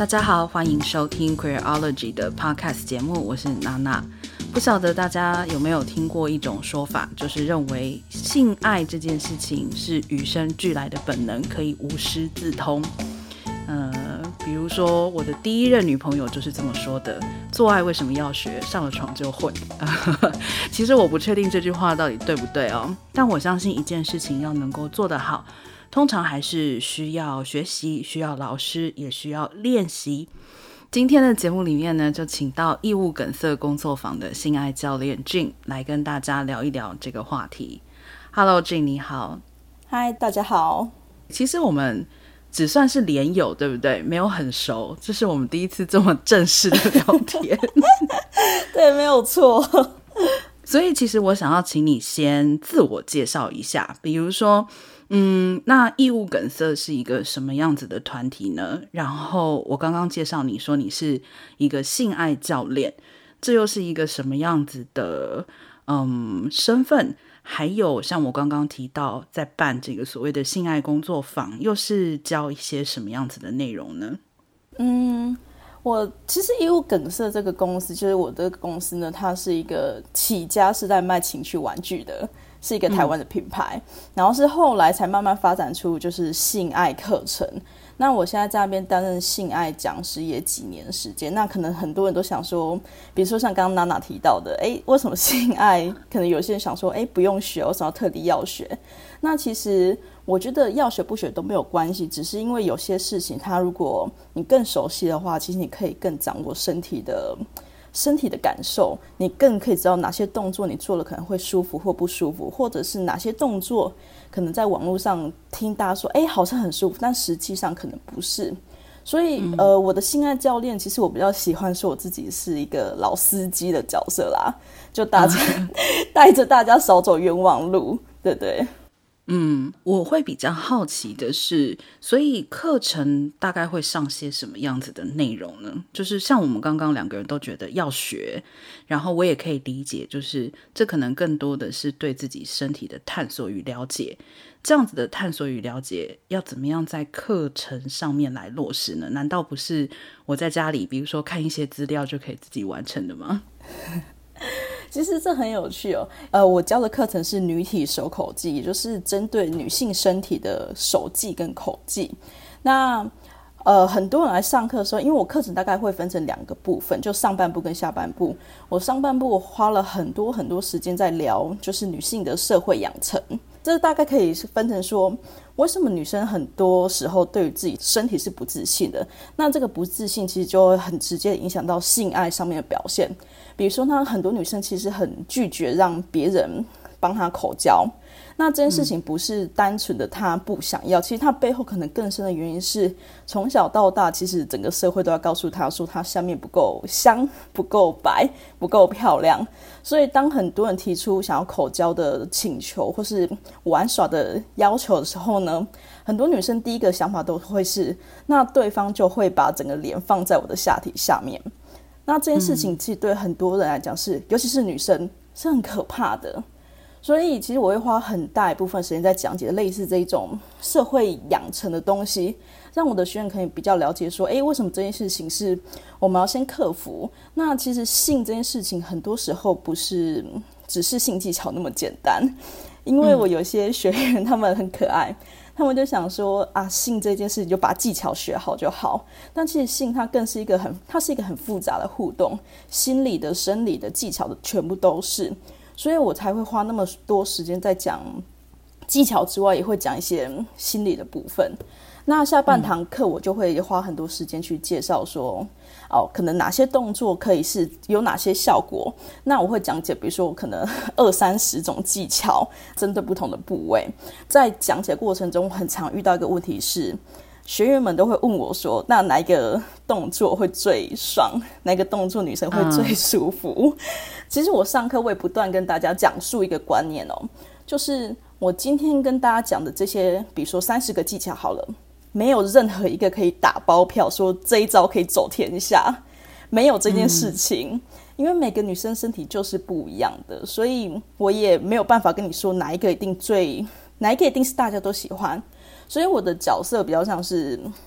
大家好，欢迎收听 Queerology 的 Podcast 节目，我是娜娜。不晓得大家有没有听过一种说法，就是认为性爱这件事情是与生俱来的本能，可以无师自通。比如说我的第一任女朋友就是这么说的，做爱为什么要学，上了床就会。其实我不确定这句话到底对不对哦，但我相信一件事情要能够做得好，通常还是需要学习，需要老师，也需要练习。今天的节目里面呢，就请到义务梗塞工作坊的性爱教练 Jin 来跟大家聊一聊这个话题。Hello Jin， 你好。 嗨，大家好。 其实我们只算是连友，对不对？没有很熟，这是我们第一次这么正式的聊天。 对，没有错。 所以其实我想要请你先自我介绍一下，比如说那义务梗塞是一个什么样子的团体呢？然后我刚刚介绍你说你是一个性爱教练，这又是一个什么样子的身份？还有像我刚刚提到在办这个所谓的性爱工作坊，又是教一些什么样子的内容呢？ 我其实义务梗塞这个公司，就是我这个公司呢，它是一个起家是在卖情趣玩具的，是一个台湾的品牌，然后是后来才慢慢发展出就是性爱课程。那我现在在那边担任性爱讲师也几年时间，那可能很多人都想说，比如说像刚刚娜娜提到的，为什么性爱可能有些人想说不用学，为什么要特地要学？那其实我觉得要学不学都没有关系，只是因为有些事情它如果你更熟悉的话，其实你可以更掌握身体的感受，你更可以知道哪些动作你做了可能会舒服或不舒服，或者是哪些动作可能在网络上听大家说好像很舒服，但实际上可能不是。所以我的性爱教练，其实我比较喜欢说我自己是一个老司机的角色啦，就大家带着大家少走冤枉路，对对。 我会比较好奇的是，所以课程大概会上些什么样子的内容呢？就是像我们刚刚两个人都觉得要学，然后我也可以理解，就是这可能更多的是对自己身体的探索与了解。这样子的探索与了解要怎么样在课程上面来落实呢？难道不是我在家里比如说看一些资料就可以自己完成的吗？ 其实这很有趣哦。我教的课程是女体手口技，也就是针对女性身体的手技跟口技。那很多人来上课的时候，因为我课程大概会分成2个部分，就上半部跟下半部。我上半部我花了很多时间在聊，就是女性的社会养成。这大概可以分成说，为什么女生很多时候对于自己身体是不自信的？那这个不自信其实就会很直接的影响到性爱上面的表现。比如说很多女生其实很拒绝让别人帮她口交，那这件事情不是单纯的她不想要，其实她背后可能更深的原因是，从小到大其实整个社会都要告诉她说她下面不够香、不够白、不够漂亮。所以当很多人提出想要口交的请求或是玩耍的要求的时候呢，很多女生第一个想法都会是，那对方就会把整个脸放在我的下体下面。那这件事情其实对很多人来讲是，尤其是女生是很可怕的。所以其实我会花很大一部分时间在讲解类似这一种社会养成的东西，让我的学员可以比较了解说，为什么这件事情是我们要先克服。那其实性这件事情很多时候不是只是性技巧那么简单，因为我有些学员他们很可爱，他们就想说性这件事情就把技巧学好就好，但其实性它更是一个很复杂的互动，心理的、生理的、技巧的全部都是，所以我才会花那么多时间在讲技巧之外，也会讲一些心理的部分。那下半堂课我就会花很多时间去介绍说可能哪些动作可以是有哪些效果。那我会讲解比如说可能20-30种技巧针对不同的部位。在讲解过程中很常遇到一个问题是，学员们都会问我说，那哪一个动作会最爽，哪一个动作女生会最舒服。其实我上课我也不断跟大家讲述一个观念就是我今天跟大家讲的这些比如说30个技巧好了，没有任何一个可以打包票说这一招可以走天下，没有这件事情。因为每个女生身体就是不一样的，所以我也没有办法跟你说哪一个一定是大家都喜欢。所以我的角色比较像是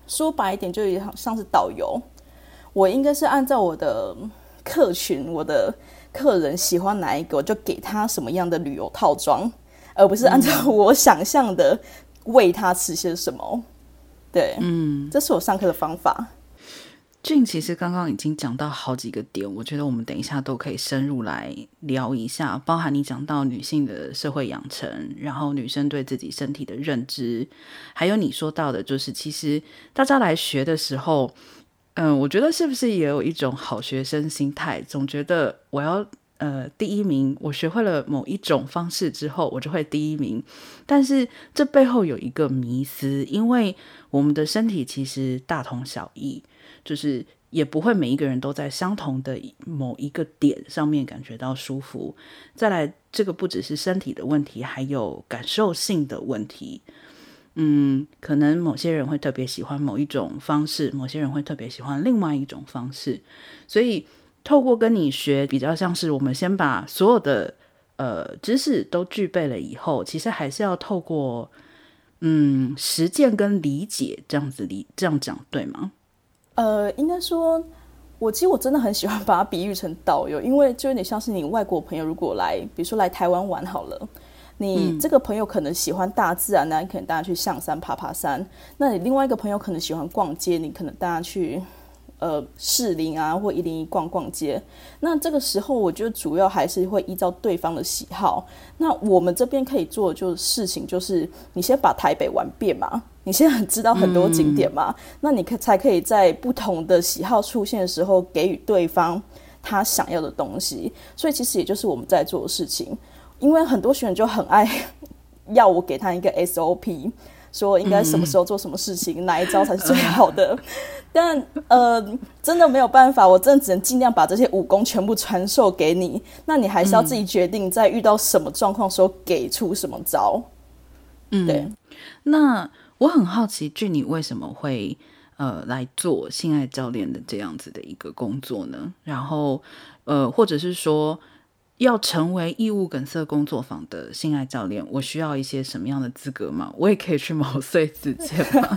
说白一点，就像是导游，我应该是按照我的客群、我的客人喜欢哪一个，我就给他什么样的旅游套装，而不是按照我想象的喂他吃些什么。对，这是我上课的方法。 俊其实刚刚已经讲到好几个点，我觉得我们等一下都可以深入来聊一下，包含你讲到女性的社会养成，然后女生对自己身体的认知，还有你说到的就是其实大家来学的时候，我觉得是不是也有一种好学生心态，总觉得我要第一名，我学会了某一种方式之后我就会第一名，但是这背后有一个迷思，因为我们的身体其实大同小异，就是也不会每一个人都在相同的某一个点上面感觉到舒服。再来，这个不只是身体的问题，还有感受性的问题。可能某些人会特别喜欢某一种方式，某些人会特别喜欢另外一种方式，所以透过跟你学，比较像是我们先把所有的知识都具备了以后，其实还是要透过实践跟理解，这样讲对吗？ 应该说，其实我真的很喜欢把它比喻成导游，因为就有点像是你外国朋友如果来，比如说来台湾玩好了，你这个朋友可能喜欢大自然，那你可能带他去象山爬爬山，那你另外一个朋友可能喜欢逛街，你可能带他去士林啊或101逛逛街。那这个时候我觉得主要还是会依照对方的喜好，那我们这边可以做的事情就是你先把台北玩遍嘛，你现在知道很多景点嘛，那你才可以在不同的喜好出现的时候给予对方他想要的东西。所以其实也就是我们在做的事情，因为很多学员就很爱要我给他一个 SOP， 说应该什么时候做什么事情，哪一招才是最好的。但真的没有办法，我真的只能尽量把这些武功全部传授给你，那你还是要自己决定在遇到什么状况的时候给出什么招。对。 那我很好奇俊你为什么会来做性爱教练的这样子的一个工作呢？然后或者是说要成为义务梗塞工作坊的性爱教练，我需要一些什么样的资格吗？我也可以去毛遂自荐吗？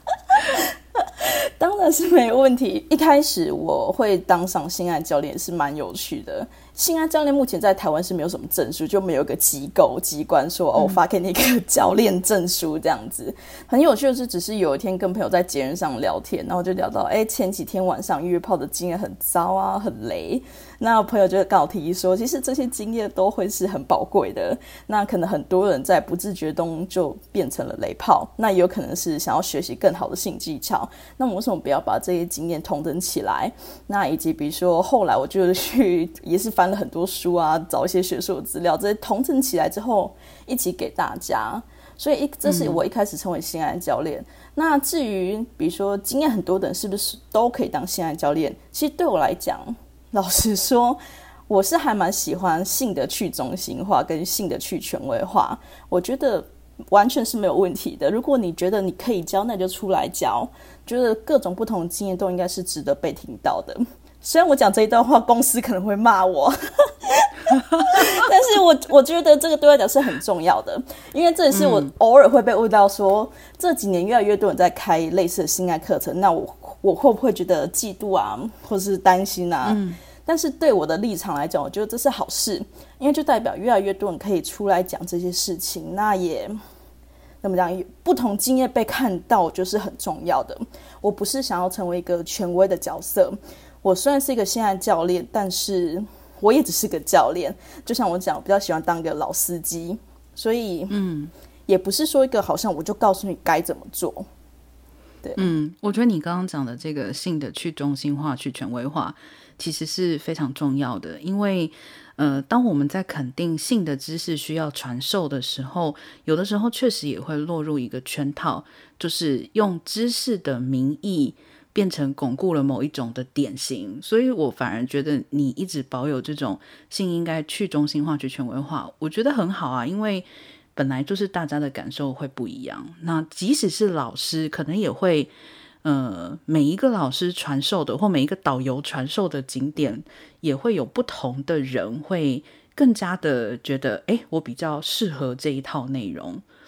当然是没问题。一开始我会当上性爱教练是蛮有趣的。性爱教练目前在台湾是没有什么证书，就没有一个机关说我发给你一个教练证书这样子。很有趣的是，只是有一天跟朋友在节目上聊天，然后就聊到前几天晚上约炮的经验很糟啊，很雷。那朋友就刚好提议说，其实这些经验都会是很宝贵的，那可能很多人在不自觉中就变成了雷炮，那也有可能是想要学习更好的性技巧，那我为什么不要把这些经验同等起来？那以及比如说后来我就去也是翻了很多书啊，找一些学术的资料，这些同整起来之后一起给大家。所以这是我一开始成为性爱教练。那至于比如说经验很多的人是不是都可以当性爱教练，其实对我来讲，老实说我是还蛮喜欢性的去中心化跟性的去权威化，我觉得完全是没有问题的。如果你觉得你可以教，那就出来教，觉得各种不同的经验都应该是值得被听到的。虽然我讲这一段话公司可能会骂我但是我觉得这个对我来讲是很重要的，因为这也是我偶尔会被问到说，这几年越来越多人在开类似的性爱课程，那我会不会觉得嫉妒啊，或是担心啊？但是对我的立场来讲，我觉得这是好事，因为就代表越来越多人可以出来讲这些事情，那也那么讲不同经验被看到就是很重要的。我不是想要成为一个权威的角色，我虽然是一个性爱教练，但是我也只是个教练，就像我讲，我比较喜欢当一个老司机，所以也不是说一个好像我就告诉你该怎么做。对， 我觉得你刚刚讲的这个性的去中心化、去权威化，其实是非常重要的，因为当我们在肯定性的知识需要传授的时候，有的时候确实也会落入一个圈套，就是用知识的名义变成巩固了某一种的典型。所以我反而觉得你一直保有这种性应该去中心化、去权威化，我觉得很好啊，因为本来就是大家的感受会不一样，那即使是老师可能也会每一个老师传授的或每一个导游传授的景点也会有不同的人会更加的觉得我比较适合这一套内容。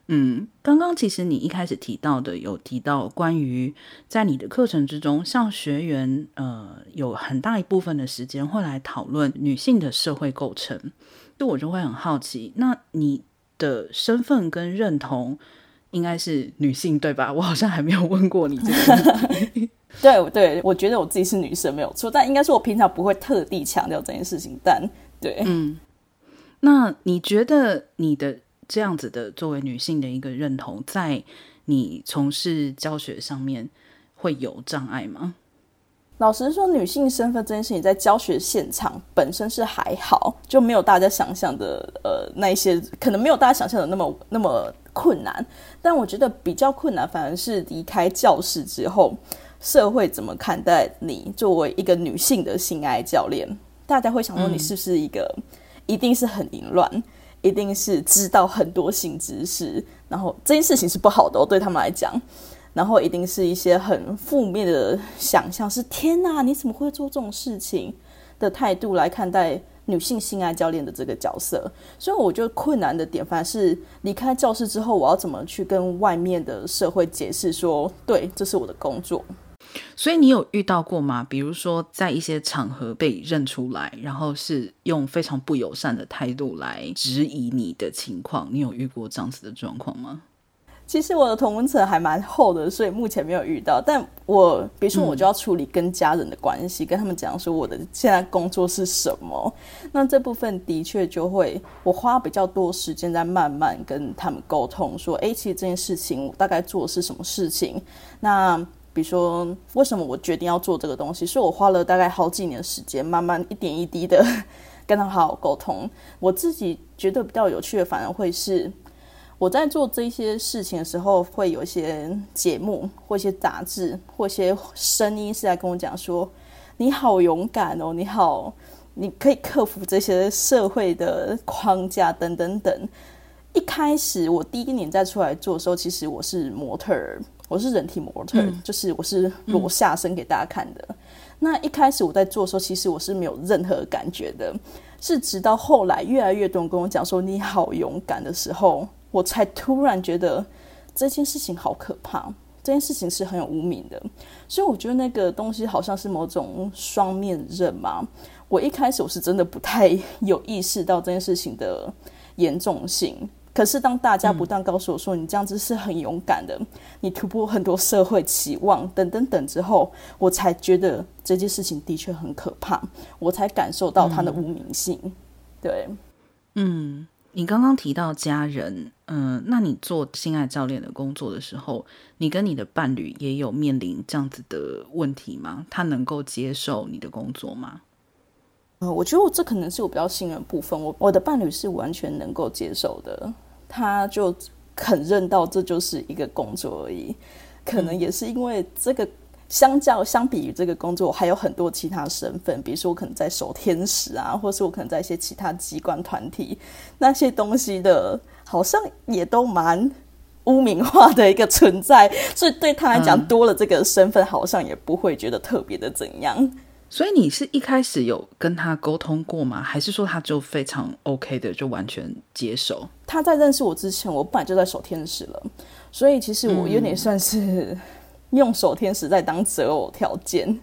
刚刚其实你一开始有提到关于在你的课程之中，像学员有很大一部分的时间会来讨论女性的社会构成，就我就会很好奇，那你的身份跟认同应该是女性对吧？我好像还没有问过你这个问题。 对，我觉得我自己是女生没有错，但应该是我平常不会特地强调这件事情，但对， 那你觉得你的这样子的作为女性的一个认同，在你从事教学上面会有障碍吗？ 老实说，女性身份这件事情在教学现场本身是还好，就没有大家想象的那一些，可能没有大家想象的那么困难。但我觉得比较困难反而是离开教室之后，社会怎么看待你作为一个女性的性爱教练？大家会想说你是不是一个一定是很淫乱，一定是知道很多性知识，然后这件事情是不好的对他们来讲。然后一定是一些很负面的想象，是天哪，你怎么会做这种事情的态度来看待女性性爱教练的这个角色。所以我觉得困难的点反而是离开教室之后，我要怎么去跟外面的社会解释说，对，这是我的工作。 所以你有遇到过吗？比如说在一些场合被认出来，然后是用非常不友善的态度来质疑你的情况，你有遇过这样子的状况吗？ 其实我的同温层还蛮厚的，所以目前没有遇到。但比如说我就要处理跟家人的关系，跟他们讲说我的现在工作是什么，那这部分的确就会我花比较多时间在慢慢跟他们沟通说，其实这件事情我大概做的是什么事情，那比如说为什么我决定要做这个东西，所以我花了大概好几年的时间，慢慢一点一滴的跟他们好好沟通。我自己觉得比较有趣的反而会是我在做这些事情的时候，会有一些节目或一些杂志或一些声音是在跟我讲说，你好勇敢哦，你可以克服这些社会的框架等等等。一开始我第一年在出来做的时候，其实我是模特儿，我是人体模特儿，就是我是裸下身给大家看的。那一开始我在做的时候，其实我是没有任何感觉的，是直到后来越来越多人跟我讲说你好勇敢的时候，我才突然觉得这件事情好可怕，这件事情是很有污名的。所以我觉得那个东西好像是某种双面刃嘛。我一开始我是真的不太有意识到这件事情的严重性，可是当大家不断告诉我说你这样子是很勇敢的，你突破很多社会期望等等等之后，我才觉得这件事情的确很可怕，我才感受到它的污名性。对， 你刚刚提到家人，那你做性爱教练的工作的时候，你跟你的伴侣也有面临这样子的问题吗？他能够接受你的工作吗？ 我觉得这可能是我比较幸运的部分，我的伴侣是完全能够接受的，他就肯认到这就是一个工作而已。可能也是因为这个相比于这个工作，我还有很多其他身份，比如说我可能在守天使啊，或是我可能在一些其他机关团体，那些东西的好像也都蛮污名化的一个存在，所以对他来讲多了这个身份好像也不会觉得特别的怎样。 所以你是一开始有跟他沟通过吗？还是说他就非常 OK 的就完全接受？ 他在认识我之前，我本来就在守天使了，所以其实我有点算是用守天使在当择偶条件。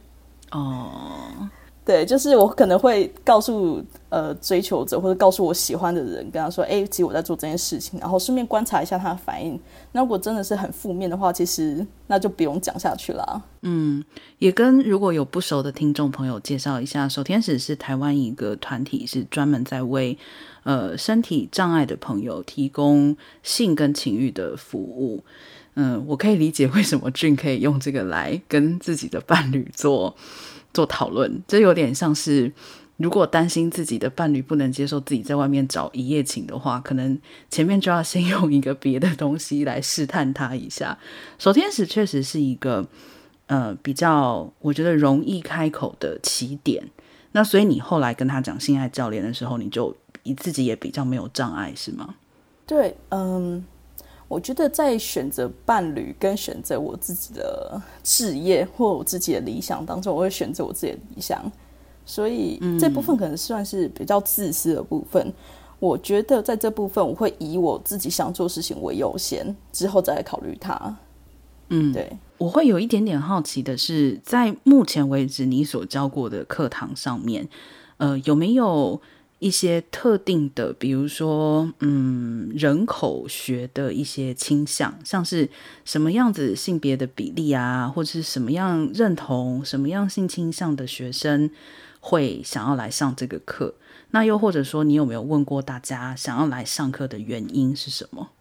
对，就是我可能会告诉追求者或者告诉我喜欢的人，跟他说其实我在做这件事情，然后顺便观察一下他的反应。那如果真的是很负面的话，其实那就不用讲下去啦。 也跟如果有不熟的听众朋友介绍一下，守天使是台湾一个团体，是专门在为身体障碍的朋友提供性跟情欲的服务。我可以理解为什么俊可以用这个来跟自己的伴侣做讨论，这有点像是如果担心自己的伴侣不能接受自己在外面找一夜情的话，可能前面就要先用一个别的东西来试探他一下。守天使确实是一个比较我觉得容易开口的起点，那所以你后来跟他讲性爱教练的时候，你就自己也比较没有障碍是吗？ 对，我觉得在选择伴侣跟选择我自己的事业或我自己的理想当中，我会选择我自己的理想，所以这部分可能算是比较自私的部分。 我觉得在这部分我会以我自己想做事情为优先，之后再来考虑它。对。 我会有一点点好奇的是，在目前为止你所教过的课堂上面，有没有一些特定的，比如说人口学的一些倾向，像是什么样子性别的比例啊，或者是什么样认同什么样性倾向的学生会想要来上这个课？那又或者说你有没有问过大家想要来上课的原因是什么？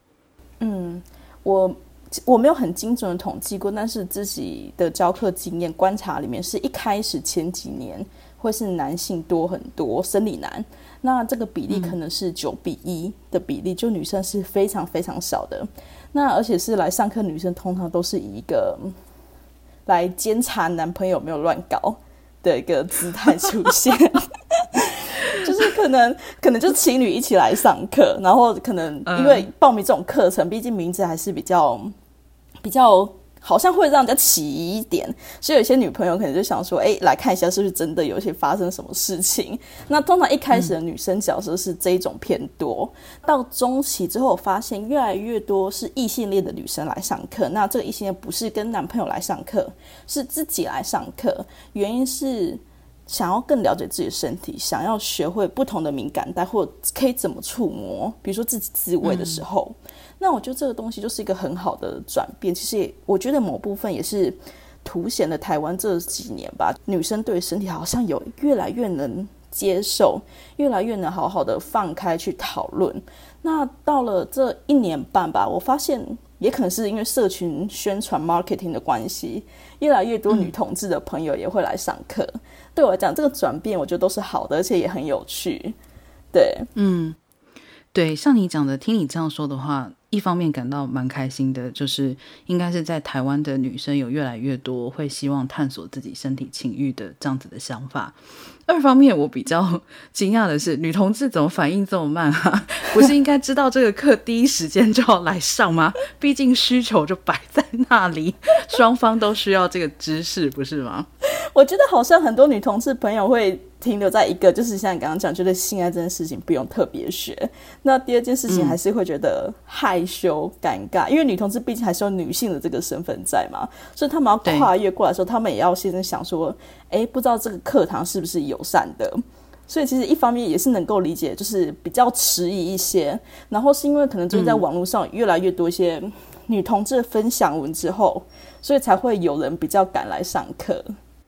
我没有很精准的统计过，但是自己的教课经验观察里面，是一开始前几年会是男性多很多，生理男，那这个比例可能是9:1的比例，就女生是非常非常少的。那而且是来上课女生通常都是以一个来监察男朋友有没有乱搞的一个姿态出现就是可能就情侣一起来上课，然后可能因为报名这种课程，毕竟名字还是比较好像会让人家起疑一点，所以有些女朋友可能就想说来看一下是不是真的有一些发生什么事情。那通常一开始的女生角色是这一种偏多，到中期之后我发现越来越多是异性恋的女生来上课，那这个异性恋不是跟男朋友来上课，是自己来上课，原因是想要更了解自己的身体，想要学会不同的敏感带，或者可以怎么触摸，比如说自己自慰的时候。那我觉得这个东西就是一个很好的转变，其实我觉得某部分也是凸显了台湾这几年吧，女生对身体好像有越来越能接受，越来越能好好的放开去讨论。那到了这1年半吧，我发现也可能是因为社群宣传 marketing 的关系，越来越多女同志的朋友也会来上课。对我来讲，这个转变我觉得都是好的，而且也很有趣。对， 对，像你讲的，听你这样说的话，一方面感到蛮开心的，就是应该是在台湾的女生有越来越多会希望探索自己身体情欲的这样子的想法。二方面我比较惊讶的是，女同志怎么反应这么慢啊？不是应该知道这个课第一时间就要来上吗？毕竟需求就摆在那里，双方都需要这个知识，不是吗？ 我觉得好像很多女同志朋友会停留在一个，就是像你刚刚讲，觉得性爱这件事情不用特别学。那第二件事情还是会觉得害羞、尴尬，因为女同志毕竟还是有女性的这个身份在嘛，所以他们要跨越过来的时候，他们也要先想说，不知道这个课堂是不是友善的。所以其实一方面也是能够理解，就是比较迟疑一些，然后是因为可能就是在网络上越来越多一些女同志的分享文之后，所以才会有人比较敢来上课。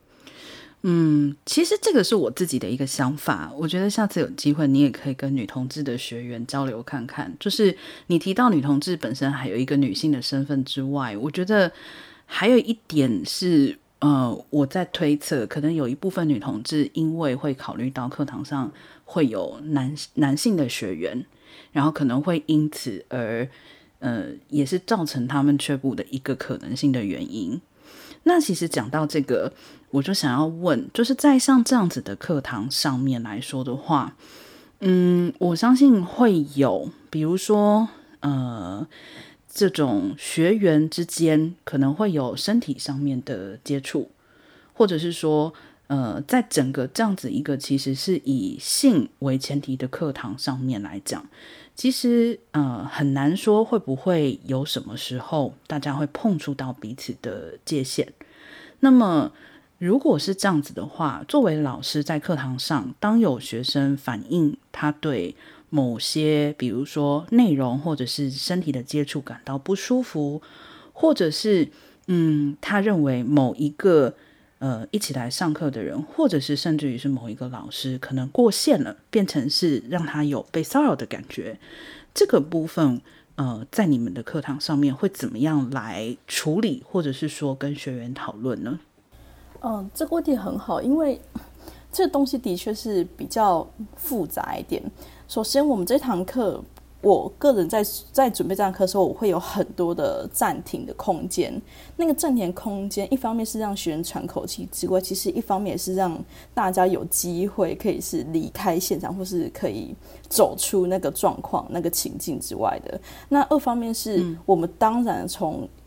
其实这个是我自己的一个想法，我觉得下次有机会你也可以跟女同志的学员交流看看。就是你提到女同志本身还有一个女性的身份之外，我觉得还有一点是我在推测，可能有一部分女同志因为会考虑到课堂上会有男性的学员，然后可能会因此而也是造成他们却步的一个可能性的原因。那其实讲到这个，我就想要问，就是在像这样子的课堂上面来说的话，我相信会有，比如说这种学员之间可能会有身体上面的接触，或者是说在整个这样子一个其实是以性为前提的课堂上面来讲，其实很难说会不会有什么时候大家会碰触到彼此的界限。那么如果是这样子的话，作为老师在课堂上，当有学生反映他对某些比如说内容或者是身体的接触感到不舒服，或者是他认为某一个一起来上课的人，或者是甚至于是某一个老师可能过线了，变成是让他有被骚扰的感觉，这个部分在你们的课堂上面会怎么样来处理，或者是说跟学员讨论呢？ 这个问题很好，因为这个东西的确是比较复杂一点。首先我们这堂课，我个人在准备这堂课的时候，我会有很多的暂停的空间。那个暂停空间一方面是让学员喘口气之外，其实一方面也是让大家有机会可以是离开现场，或是可以走出那个状况那个情境之外的。那二方面是我们当然从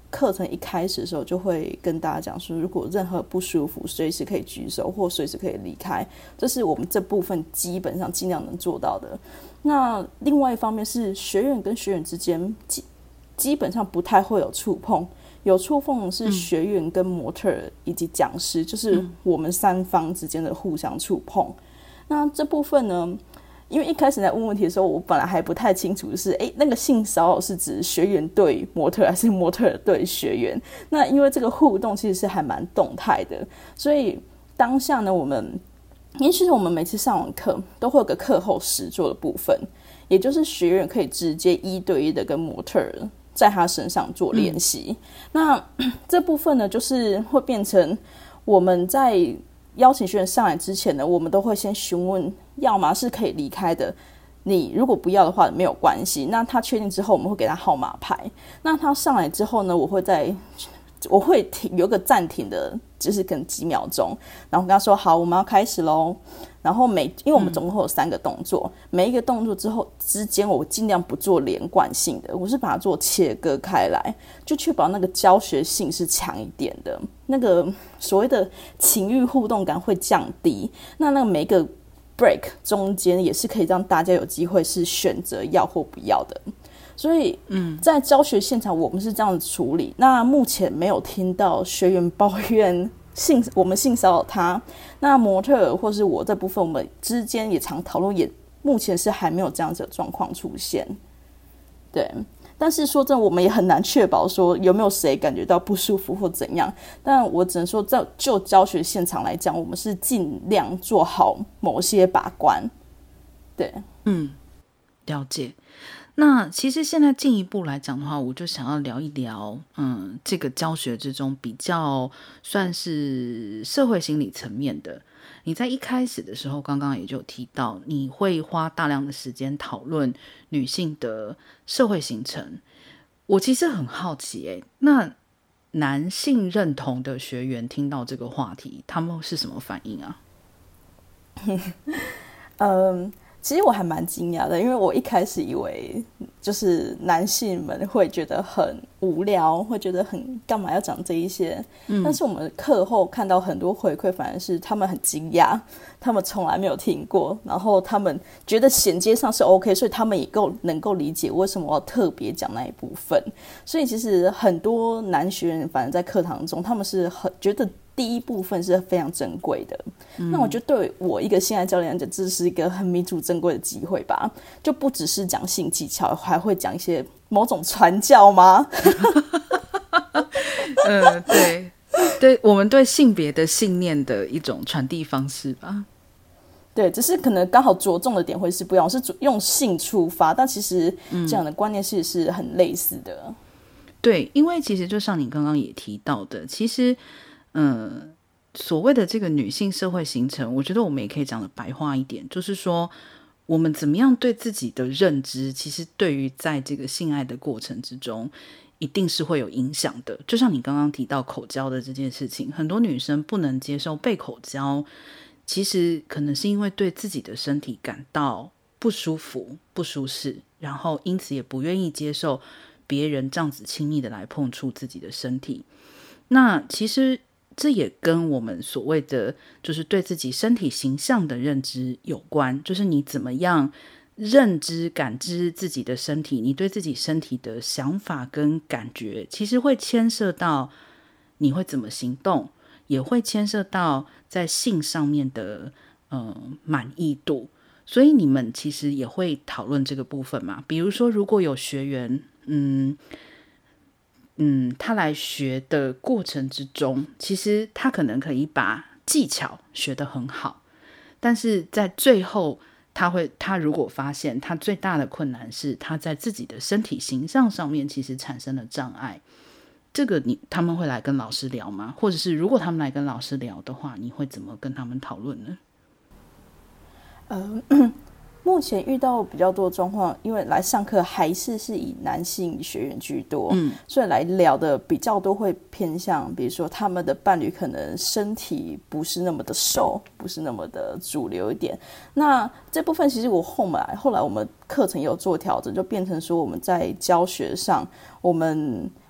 课程一开始的时候就会跟大家讲说，如果任何不舒服随时可以举手或随时可以离开，这是我们这部分基本上尽量能做到的。那另外一方面是学员跟学员之间基本上不太会有触碰，有触碰是学员跟模特以及讲师，就是我们三方之间的互相触碰。那这部分呢，因为一开始在问问题的时候，我本来还不太清楚是那个性骚扰是指学员对模特还是模特对学员。那因为这个互动其实是还蛮动态的，所以当下呢，因为其实我们每次上完课都会有个课后实作的部分，也就是学员可以直接1对1的跟模特在他身上做练习。那这部分呢，就是会变成我们在邀请学员上来之前呢，我们都会先询问，要么是可以离开的，你如果不要的话没有关系。那他确定之后，我们会给他号码牌。那他上来之后呢，我会有个暂停的，就是可能几秒钟，然后跟他说好，我们要开始咯。然后因为我们总共会有3个动作，每一个动作之间我尽量不做连贯性的，我是把它做切割开来，就确保那个教学性是强一点的，那个所谓的情欲互动感会降低。那个每一个 break 中间也是可以让大家有机会是选择要或不要的。所以在教学现场我们是这样子处理。那目前没有听到学员抱怨我们性骚扰他，那模特或是我这部分我们之间也常讨论，也目前是还没有这样子的状况出现。对，但是说真的，我们也很难确保说有没有谁感觉到不舒服或怎样。但我只能说，就教学现场来讲，我们是尽量做好某些把关。对， 了解。那其实现在进一步来讲的话，我就想要聊一聊这个教学之中比较算是社会心理层面的。你在一开始的时候刚刚也就提到，你会花大量的时间讨论女性的社会形成。我其实很好奇那男性认同的学员听到这个话题，他们是什么反应啊？ 其实我还蛮惊讶的，因为我一开始以为就是男性们会觉得很无聊，会觉得很干嘛要讲这一些。但是我们课后看到很多回馈，反而是他们很惊讶，他们从来没有听过，然后他们觉得衔接上是 OK， 所以他们也能够理解为什么我要特别讲那一部分。所以其实很多男学员反而在课堂中，他们是很觉得第一部分是非常珍贵的。那我觉得对我一个性爱教练来讲，这是一个很弥足珍贵的机会吧，就不只是讲性技巧，还会讲一些某种传教吗？对，我们对性别的信念的一种传递方式吧。对，只是可能刚好着重的点会是不一样，我是用性出发，但其实这样的观念是很类似的。 对，因为其实就像你刚刚也提到的，其实所谓的这个女性社会形成，我觉得我们也可以讲的白话一点，就是说我们怎么样对自己的认知，其实对于在这个性爱的过程之中一定是会有影响的。就像你刚刚提到口交的这件事情，很多女生不能接受被口交，其实可能是因为对自己的身体感到不舒服不舒适，然后因此也不愿意接受别人这样子轻易的来碰触自己的身体。那其实这也跟我们所谓的就是对自己身体形象的认知有关，就是你怎么样认知感知自己的身体，你对自己身体的想法跟感觉，其实会牵涉到你会怎么行动，也会牵涉到在性上面的满意度。所以你们其实也会讨论这个部分嘛？比如说如果有学员他来学的过程之中，其实他可能可以把技巧学得很好，但是在最后他如果发现他最大的困难是他在自己的身体形象上面其实产生了障碍，这个他们会来跟老师聊吗？或者是如果他们来跟老师聊的话，你会怎么跟他们讨论呢？ 目前遇到比较多的状况，因为来上课还是以男性学员居多，所以来聊的比较多会偏向，比如说他们的伴侣可能身体不是那么的瘦，不是那么的主流一点。那这部分其实我后来我们课程也有做调整，就变成说我们在教学上，我们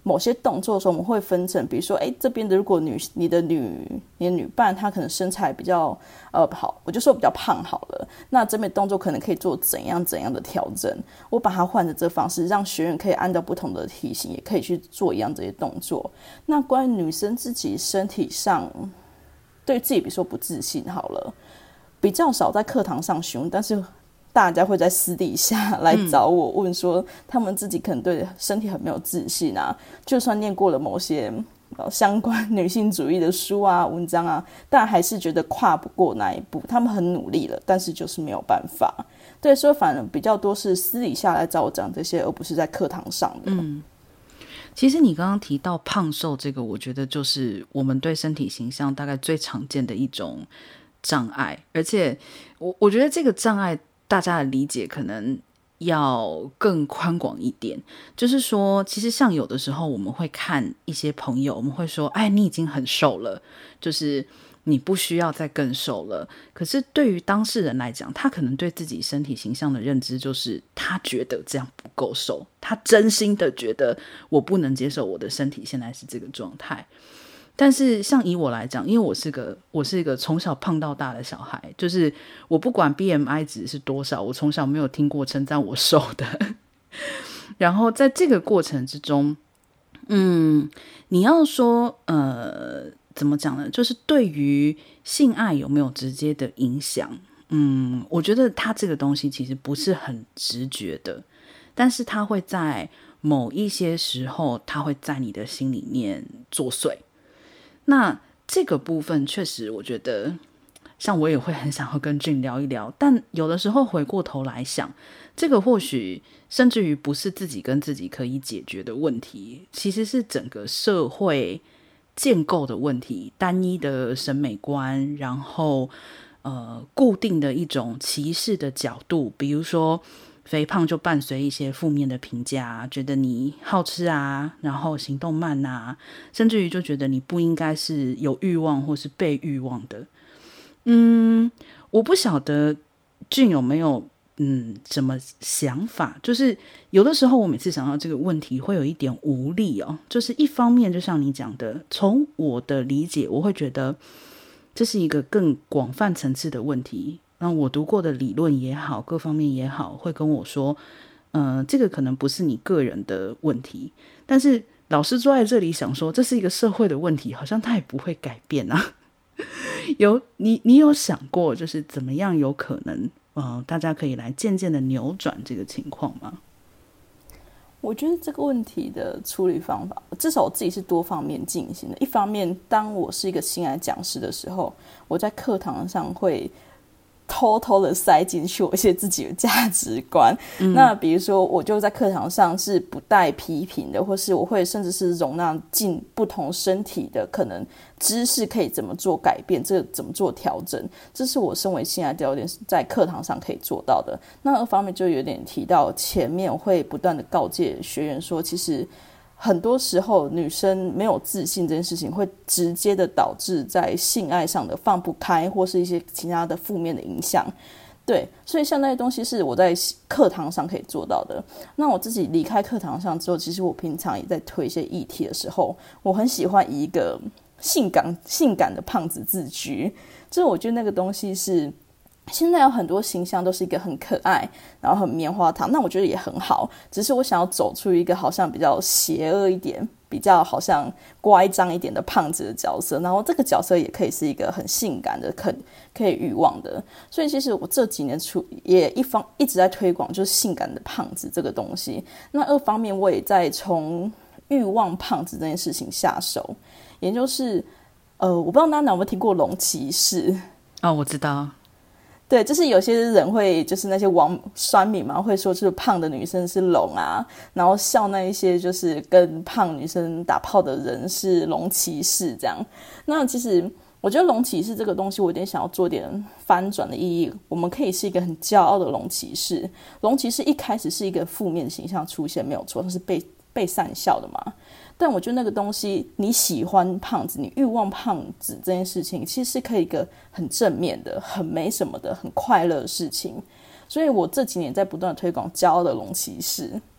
某些动作的时候，我们会分成，比如说，这边的如果你的女伴她可能身材比较好，我就说比较胖好了，那这边动作可能可以做怎样的调整，我把它换成这方式，让学员可以按照不同的体型也可以去做一样这些动作。那关于女生自己身体上对自己比如说不自信好了，比较少在课堂上询问，但是大家会在私底下来找我问说他们自己可能对身体很没有自信啊，就算念过了某些相关女性主义的书啊文章啊，但还是觉得跨不过那一步，他们很努力了，但是就是没有办法。对，所以反而比较多是私底下来找我讲这些，而不是在课堂上的。 其实你刚刚提到胖瘦这个，我觉得就是我们对身体形象大概最常见的一种障碍，而且我觉得这个障碍大家的理解可能要更宽广一点，就是说其实像有的时候我们会看一些朋友，我们会说哎，你已经很瘦了，就是你不需要再更瘦了，可是对于当事人来讲，他可能对自己身体形象的认知就是他觉得这样不够瘦，他真心的觉得我不能接受我的身体现在是这个状态。但是像以我来讲，因为我是一个从小胖到大的小孩，就是我不管 BMI 值是多少，我从小没有听过称赞我瘦的然后在这个过程之中你要说怎么讲呢，就是对于性爱有没有直接的影响，我觉得它这个东西其实不是很直觉的，但是它会在某一些时候，它会在你的心里面作祟。那这个部分确实我觉得像我也会很想要跟June聊一聊，但有的时候回过头来想，这个或许甚至于不是自己跟自己可以解决的问题，其实是整个社会建构的问题，单一的审美观，然后固定的一种歧视的角度，比如说肥胖就伴随一些负面的评价，觉得你好吃啊，然后行动慢啊，甚至于就觉得你不应该是有欲望或是被欲望的。我不晓得June有没有什么想法，就是有的时候我每次想到这个问题会有一点无力哦，就是一方面就像你讲的，从我的理解我会觉得这是一个更广泛层次的问题，那我读过的理论也好，各方面也好，会跟我说这个可能不是你个人的问题，但是老师坐在这里想说这是一个社会的问题，好像他也不会改变啊你有想过就是怎么样有可能大家可以来渐渐的扭转这个情况吗？ 我觉得这个问题的处理方法，至少我自己是多方面进行的。一方面，当我是一个性爱讲师的时候，我在课堂上会偷偷的塞进去我一些自己的价值观，那比如说我就在课堂上是不带批评的，或是我会甚至是容纳进不同身体的可能知识可以怎么做改变，这怎么做调整，这是我身为性爱教练在课堂上可以做到的。那二方面就有点提到前面，我会不断的告诫学员说，其实很多时候女生没有自信这件事情会直接的导致在性爱上的放不开，或是一些其他的负面的影响。对，所以像那些东西是我在课堂上可以做到的。那我自己离开课堂上之后，其实我平常也在推一些议题的时候，我很喜欢以一个性感的胖子自居，就是我觉得那个东西是现在有很多形象都是一个很可爱然后很棉花糖，那我觉得也很好，只是我想要走出一个好像比较邪恶一点，比较好像乖张一点的胖子的角色，然后这个角色也可以是一个很性感的可以欲望的。所以其实我这几年也一直在推广就是性感的胖子这个东西。那二方面我也在从欲望胖子这件事情下手，也就是我不知道大家有没有听过龙骑士。 我知道， 对，就是有些人会就是那些酸民嘛，会说就是胖的女生是龙啊，然后笑那一些就是跟胖女生打炮的人是龙骑士这样。那其实我觉得龙骑士这个东西我有点想要做点翻转的意义，我们可以是一个很骄傲的龙骑士。龙骑士一开始是一个负面形象出现没有错，它是被讪笑的嘛，但我觉得那个东西你喜欢胖子，你欲望胖子这件事情其实是可以一个很正面的很没什么的很快乐的事情。所以我这几年在不断的推广骄傲的龙骑士。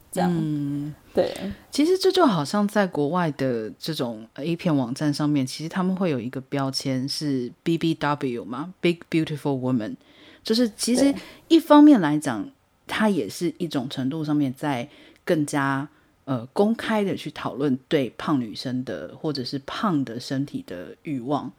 这样。对， 其实这就好像在国外的这种 A 片网站上面，其实他们会有一个标签是 BBW 嘛 Big Beautiful Woman， 就是其实一方面来讲它也是一种程度上面在更加公开的去讨论对胖女生的或者是胖的身体的欲望。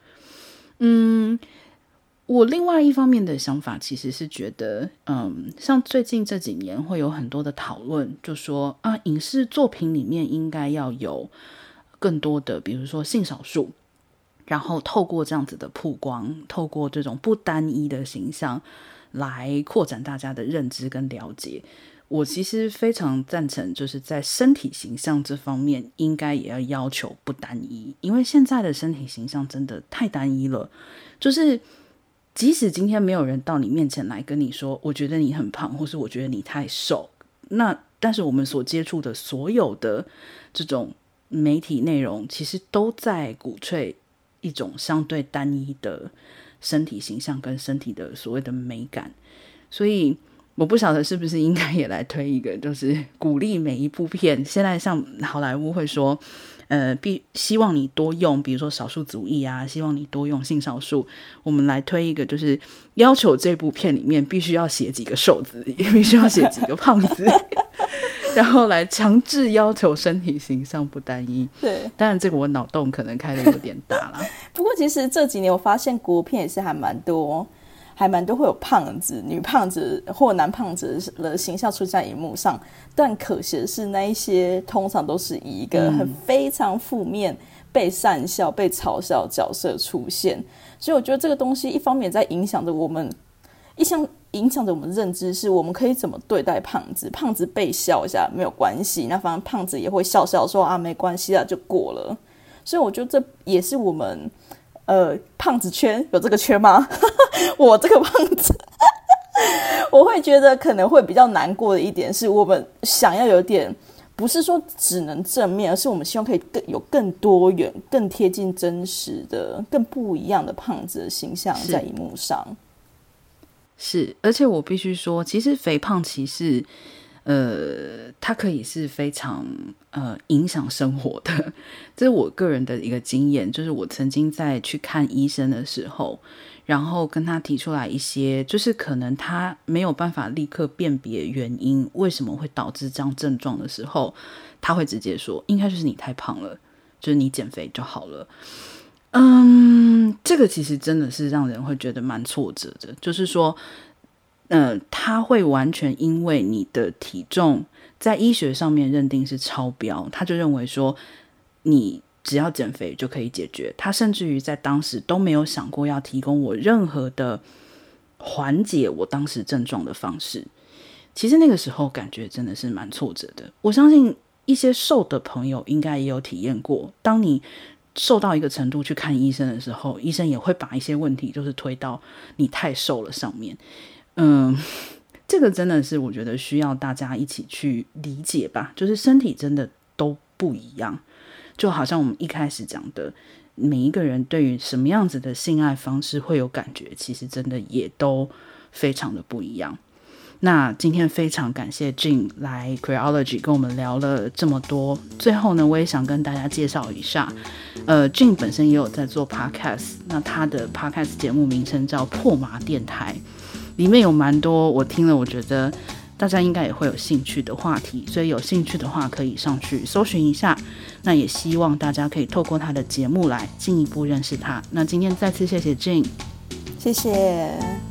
我另外一方面的想法其实是觉得像最近这几年会有很多的讨论，就说影视作品里面应该要有更多的比如说性少数，然后透过这样子的曝光，透过这种不单一的形象来扩展大家的认知跟了解。我其实非常赞成就是在身体形象这方面应该也要求不单一，因为现在的身体形象真的太单一了，就是即使今天没有人到你面前来跟你说我觉得你很胖，或是我觉得你太瘦，但是我们所接触的所有的这种媒体内容其实都在鼓吹一种相对单一的身体形象跟身体的所谓的美感。所以我不晓得是不是应该也来推一个，就是鼓励每一部片，现在像好莱坞会说希望你多用比如说少数族裔啊，希望你多用性少数，我们来推一个，就是要求这部片里面必须要写几个瘦子，也必须要写几个胖子然后来强制要求身体形象不单一。 对， 当然这个我脑洞可能开得有点大啦不过其实这几年我发现国片也是还蛮多会有胖子、女胖子或男胖子的形象出现在荧幕上，但可惜的是那一些通常都是以一个非常负面、被讪笑、被嘲笑的角色出现。所以我觉得这个东西一方面在影响着我们认知，是我们可以怎么对待胖子，胖子被笑一下没有关系，那反正胖子也会笑笑说没关系啦，就过了。所以我觉得这也是我们胖子圈，有这个圈吗我这个胖子我会觉得可能会比较难过的一点是，我们想要有点不是说只能正面，而是我们希望可以有更多元、更贴近真实的、更不一样的胖子的形象在荧幕上。 是，而且我必须说，其实肥胖歧视它可以是非常影响生活的。这是我个人的一个经验，就是我曾经在去看医生的时候，然后跟他提出来一些就是可能他没有办法立刻辨别原因为什么会导致这样症状的时候，他会直接说应该就是你太胖了，就是你减肥就好了。这个其实真的是让人会觉得蛮挫折的，就是说他会完全因为你的体重在医学上面认定是超标，他就认为说你只要减肥就可以解决，他甚至于在当时都没有想过要提供我任何的缓解我当时症状的方式。其实那个时候感觉真的是蛮挫折的，我相信一些瘦的朋友应该也有体验过，当你瘦到一个程度去看医生的时候，医生也会把一些问题就是推到你太瘦了上面。这个真的是我觉得需要大家一起去理解吧，就是身体真的都不一样，就好像我们一开始讲的，每一个人对于什么样子的性爱方式会有感觉，其实真的也都非常的不一样。那今天非常感谢 Jing 来 Queerology 跟我们聊了这么多，最后呢我也想跟大家介绍一下Jing 本身也有在做 podcast， 那他的 podcast 节目名称叫破麻电台，里面有蛮多我听了我觉得大家应该也会有兴趣的话题，所以有兴趣的话可以上去搜寻一下，那也希望大家可以透过他的节目来进一步认识他。那今天再次谢谢 Jing， 谢谢。